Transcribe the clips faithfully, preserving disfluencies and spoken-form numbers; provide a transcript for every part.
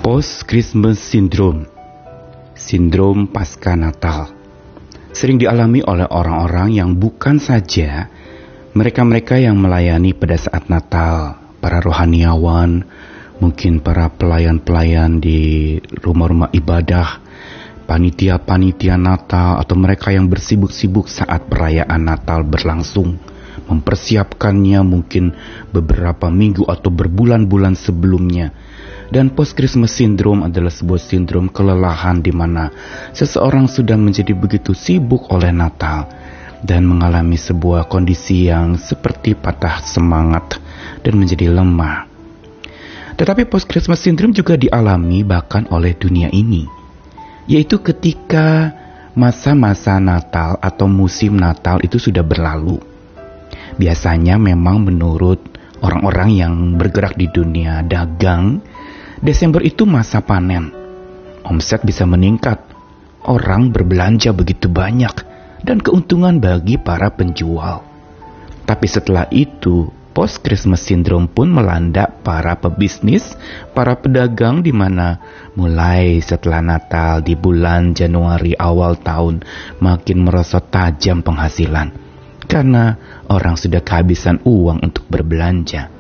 Post-Christmas Syndrome, sindrom pasca Natal, sering dialami oleh orang-orang yang bukan saja mereka-mereka yang melayani pada saat Natal, para rohaniawan, mungkin para pelayan-pelayan di rumah-rumah ibadah, panitia-panitia Natal, atau mereka yang bersibuk-sibuk saat perayaan Natal berlangsung, mempersiapkannya mungkin beberapa minggu atau berbulan-bulan sebelumnya. Dan post-Christmas syndrome adalah sebuah sindrom kelelahan di mana seseorang sudah menjadi begitu sibuk oleh Natal dan mengalami sebuah kondisi yang seperti patah semangat dan menjadi lemah. Tetapi post-Christmas syndrome juga dialami bahkan oleh dunia ini, yaitu ketika masa-masa Natal atau musim Natal itu sudah berlalu. Biasanya memang menurut orang-orang yang bergerak di dunia dagang, Desember itu masa panen. Omset bisa meningkat, orang berbelanja begitu banyak, dan keuntungan bagi para penjual. Tapi setelah itu, post-Christmas syndrome pun melanda para pebisnis, para pedagang, di mana mulai setelah Natal di bulan Januari awal tahun makin merosot tajam penghasilan, karena orang sudah kehabisan uang untuk berbelanja.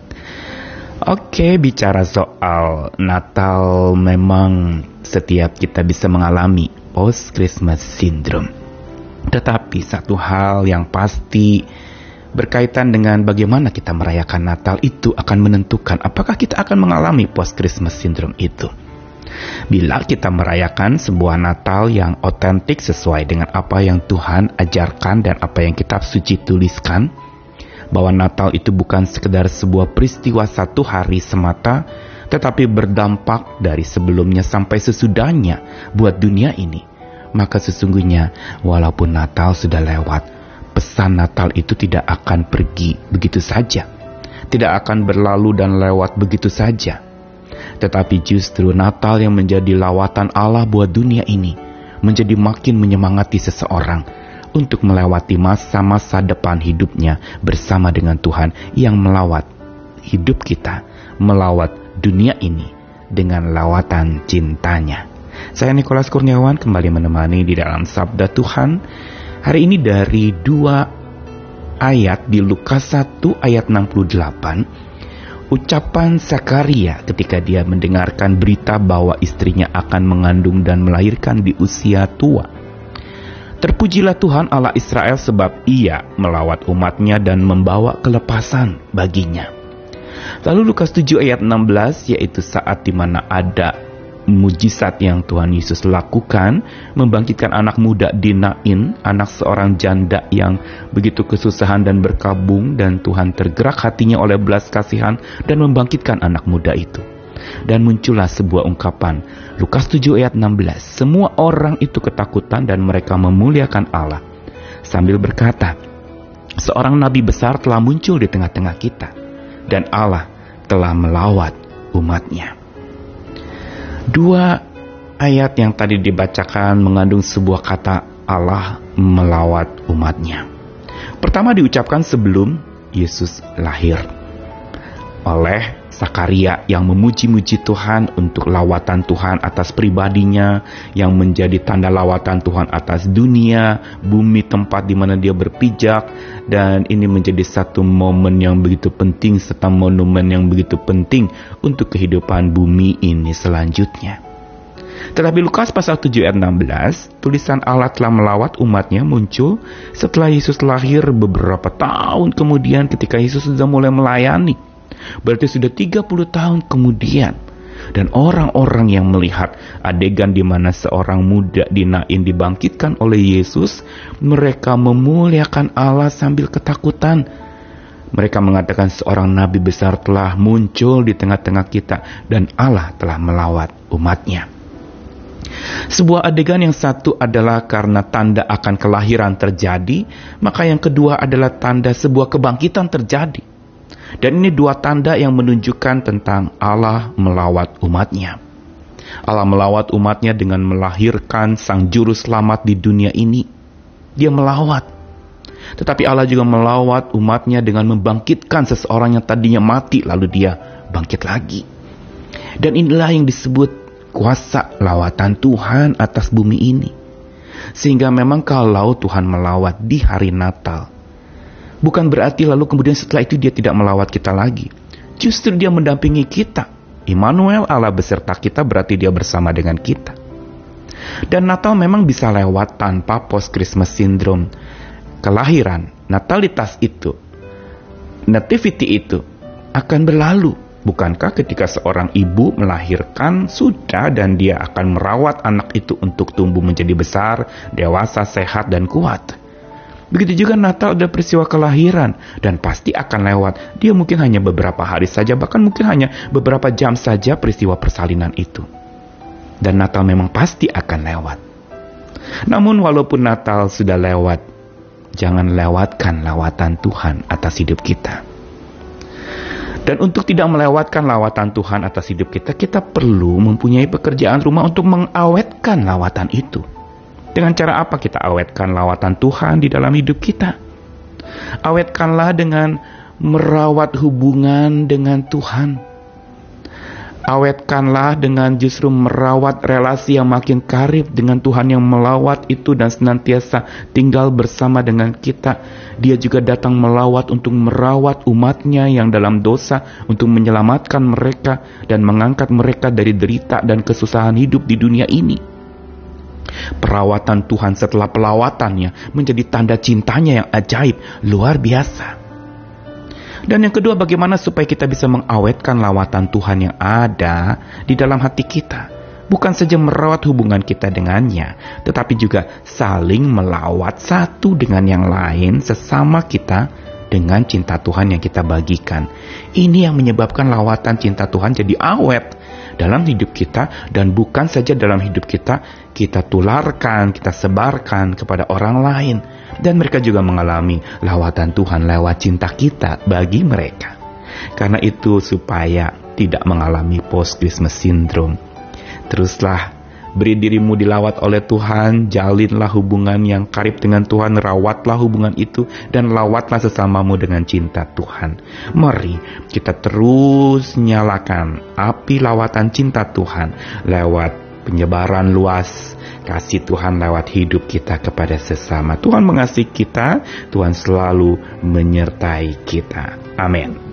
Oke, bicara soal Natal, memang setiap kita bisa mengalami post-Christmas syndrome. Tetapi satu hal yang pasti berkaitan dengan bagaimana kita merayakan Natal itu akan menentukan apakah kita akan mengalami post-Christmas syndrome itu. Bila kita merayakan sebuah Natal yang otentik sesuai dengan apa yang Tuhan ajarkan dan apa yang kitab suci tuliskan, bahwa Natal itu bukan sekedar sebuah peristiwa satu hari semata, tetapi berdampak dari sebelumnya sampai sesudahnya buat dunia ini, maka sesungguhnya walaupun Natal sudah lewat, pesan Natal itu tidak akan pergi begitu saja, tidak akan berlalu dan lewat begitu saja. Tetapi justru Natal yang menjadi lawatan Allah buat dunia ini menjadi makin menyemangati seseorang untuk melewati masa-masa depan hidupnya bersama dengan Tuhan yang melawat hidup kita, melawat dunia ini dengan lawatan cintanya. Saya Nikolas Kurniawan kembali menemani di dalam Sabda Tuhan hari ini dari dua ayat di Lukas satu ayat enam puluh delapan. Ucapan Zakaria ketika dia mendengarkan berita bahwa istrinya akan mengandung dan melahirkan di usia tua. Terpujilah Tuhan Allah Israel sebab ia melawat umatnya dan membawa kelepasan baginya. Lalu Lukas tujuh ayat enam belas, yaitu saat di mana ada mujizat yang Tuhan Yesus lakukan, membangkitkan anak muda di Nain, anak seorang janda yang begitu kesusahan dan berkabung, dan Tuhan tergerak hatinya oleh belas kasihan dan membangkitkan anak muda itu. Dan muncullah sebuah ungkapan, Lukas tujuh ayat enam belas, semua orang itu ketakutan dan mereka memuliakan Allah sambil berkata, seorang nabi besar telah muncul di tengah-tengah kita dan Allah telah melawat umatnya. Dua ayat yang tadi dibacakan mengandung sebuah kata Allah melawat umatnya. Pertama diucapkan sebelum Yesus lahir oleh Zakaria yang memuji-muji Tuhan untuk lawatan Tuhan atas pribadinya, yang menjadi tanda lawatan Tuhan atas dunia, bumi tempat di mana dia berpijak, dan ini menjadi satu momen yang begitu penting serta monumen yang begitu penting untuk kehidupan bumi ini selanjutnya. Tetapi Lukas pasal tujuh ayat enam belas, tulisan Allah telah melawat umatnya muncul setelah Yesus lahir beberapa tahun kemudian ketika Yesus sudah mulai melayani. Berarti sudah tiga puluh tahun kemudian. Dan orang-orang yang melihat adegan di mana seorang muda di Nain dibangkitkan oleh Yesus, mereka memuliakan Allah sambil ketakutan. Mereka mengatakan seorang nabi besar telah muncul di tengah-tengah kita dan Allah telah melawat umatnya. Sebuah adegan yang satu adalah karena tanda akan kelahiran terjadi, maka yang kedua adalah tanda sebuah kebangkitan terjadi. Dan ini dua tanda yang menunjukkan tentang Allah melawat umatnya. Allah melawat umatnya dengan melahirkan sang juru selamat di dunia ini. Dia melawat. Tetapi Allah juga melawat umatnya dengan membangkitkan seseorang yang tadinya mati lalu dia bangkit lagi. Dan inilah yang disebut kuasa lawatan Tuhan atas bumi ini. Sehingga memang kalau Tuhan melawat di hari Natal, bukan berarti lalu kemudian setelah itu dia tidak melawat kita lagi. Justru dia mendampingi kita. Immanuel, Allah beserta kita, berarti dia bersama dengan kita. Dan Natal memang bisa lewat tanpa post-Christmas syndrome. Kelahiran, natalitas itu, nativity itu akan berlalu. Bukankah ketika seorang ibu melahirkan sudah dan dia akan merawat anak itu untuk tumbuh menjadi besar, dewasa, sehat, dan kuat? Begitu juga Natal ada peristiwa kelahiran dan pasti akan lewat. Dia mungkin hanya beberapa hari saja, bahkan mungkin hanya beberapa jam saja peristiwa persalinan itu. Dan Natal memang pasti akan lewat. Namun walaupun Natal sudah lewat, jangan lewatkan lawatan Tuhan atas hidup kita. Dan untuk tidak melewatkan lawatan Tuhan atas hidup kita, kita perlu mempunyai pekerjaan rumah untuk mengawetkan lawatan itu. Dengan cara apa kita awetkan lawatan Tuhan di dalam hidup kita? Awetkanlah dengan merawat hubungan dengan Tuhan. Awetkanlah dengan justru merawat relasi yang makin karib dengan Tuhan yang melawat itu dan senantiasa tinggal bersama dengan kita. Dia juga datang melawat untuk merawat umatnya yang dalam dosa, untuk menyelamatkan mereka dan mengangkat mereka dari derita dan kesusahan hidup di dunia ini. Perawatan Tuhan setelah pelawatannya menjadi tanda cintanya yang ajaib, luar biasa. Dan yang kedua, bagaimana supaya kita bisa mengawetkan lawatan Tuhan yang ada di dalam hati kita. Bukan saja merawat hubungan kita dengannya, tetapi juga saling melawat satu dengan yang lain sesama kita dengan cinta Tuhan yang kita bagikan. Ini yang menyebabkan lawatan cinta Tuhan jadi awet dalam hidup kita, dan bukan saja dalam hidup kita, kita tularkan, kita sebarkan kepada orang lain. Dan mereka juga mengalami lawatan Tuhan lewat cinta kita bagi mereka. Karena itu supaya tidak mengalami post-Christmas syndrome, teruslah beri dirimu dilawat oleh Tuhan, jalinlah hubungan yang karib dengan Tuhan, rawatlah hubungan itu, dan lawatlah sesamamu dengan cinta Tuhan. Mari kita terus nyalakan api lawatan cinta Tuhan lewat penyebaran luas kasih Tuhan lewat hidup kita kepada sesama. Tuhan mengasihi kita, Tuhan selalu menyertai kita. Amin.